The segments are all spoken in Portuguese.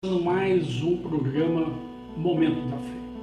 Mais um programa Momento da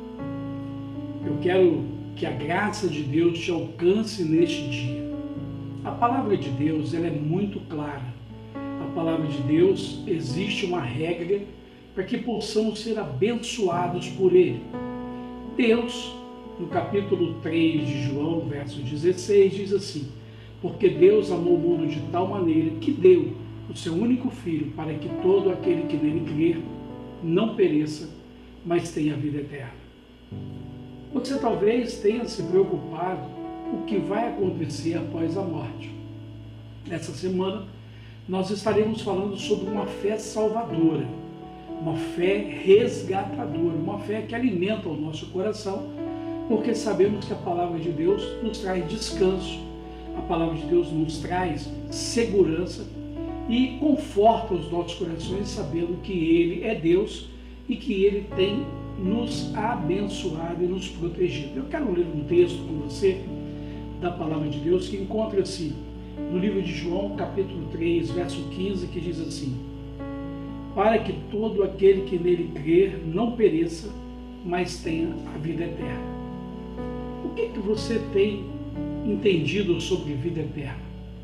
Fé. Eu quero que a graça de Deus te alcance neste dia. A palavra de Deus ela é muito clara. A palavra de Deus existe uma regra para que possamos ser abençoados por Ele. Deus, no capítulo 3 de João, verso 16, diz assim: porque Deus amou o mundo de tal maneira que deu o seu único Filho, para que todo aquele que nele crer não pereça, mas tenha vida eterna. Você talvez tenha se preocupado com o que vai acontecer após a morte. Nessa semana, nós estaremos falando sobre uma fé salvadora, uma fé resgatadora, uma fé que alimenta o nosso coração, porque sabemos que a palavra de Deus nos traz descanso, a palavra de Deus nos traz segurança, e conforta os nossos corações sabendo que Ele é Deus e que Ele tem nos abençoado e nos protegido. Eu quero ler um texto com você da palavra de Deus que encontra-se no livro de João, capítulo 3, verso 15, que diz assim: para que todo aquele que nele crer não pereça, mas tenha a vida eterna. O que você tem entendido sobre vida eterna?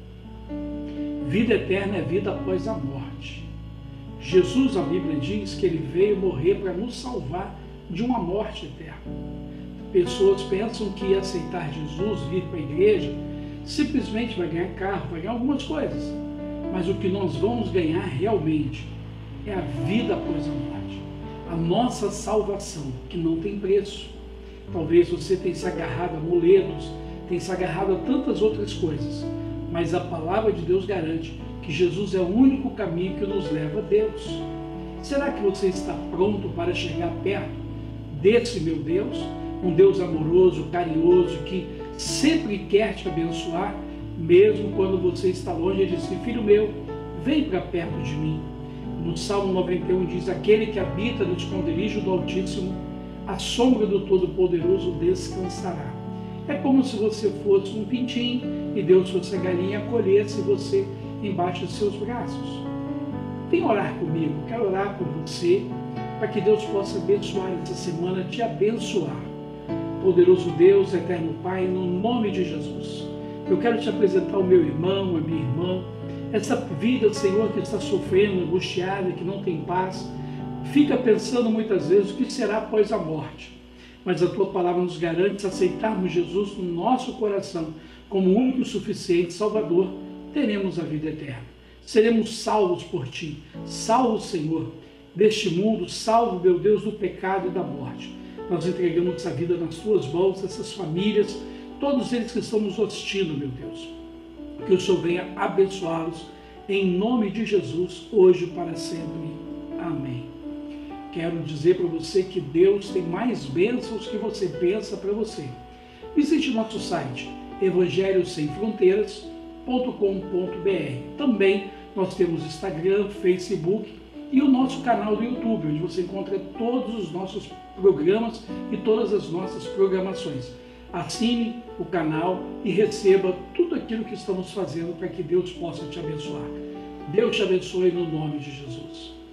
Vida eterna é vida após a morte. Jesus, a Bíblia diz que Ele veio morrer para nos salvar de uma morte eterna. Pessoas pensam que aceitar Jesus, vir para a igreja, simplesmente vai ganhar carro, vai ganhar algumas coisas. Mas o que nós vamos ganhar realmente é a vida após a morte. A nossa salvação, que não tem preço. Talvez você tenha se agarrado a amuletos, tenha se agarrado a tantas outras coisas. Mas a palavra de Deus garante que Jesus é o único caminho que nos leva a Deus. Será que você está pronto para chegar perto desse meu Deus? Um Deus amoroso, carinhoso, que sempre quer te abençoar, mesmo quando você está longe. Ele diz: filho meu, vem para perto de mim. No Salmo 91 diz: aquele que habita no esconderijo do Altíssimo, à sombra do Todo-Poderoso descansará. É como se você fosse um pintinho e Deus fosse a galinha e acolhesse você embaixo dos seus braços. Vem orar comigo, quero orar por você, para que Deus possa abençoar essa semana, te abençoar. Poderoso Deus, eterno Pai, no nome de Jesus, eu quero te apresentar o meu irmão, a minha irmã, essa vida, Senhor, que está sofrendo, angustiada, que não tem paz, fica pensando muitas vezes o que será após a morte. Mas a Tua palavra nos garante, se aceitarmos Jesus no nosso coração como o único e suficiente Salvador, teremos a vida eterna. Seremos salvos por Ti, salvos, Senhor, deste mundo, salvo, meu Deus, do pecado e da morte. Nós entregamos essa vida nas Tuas mãos, essas famílias, todos eles que estão nos assistindo, meu Deus. Que o Senhor venha abençoá-los, em nome de Jesus, hoje e para sempre. Amém. Quero dizer para você que Deus tem mais bênçãos que você pensa para você. Visite nosso site evangelhosemfronteiras.com.br. Também nós temos Instagram, Facebook e o nosso canal do YouTube, onde você encontra todos os nossos programas e todas as nossas programações. Assine o canal e receba tudo aquilo que estamos fazendo para que Deus possa te abençoar. Deus te abençoe no nome de Jesus.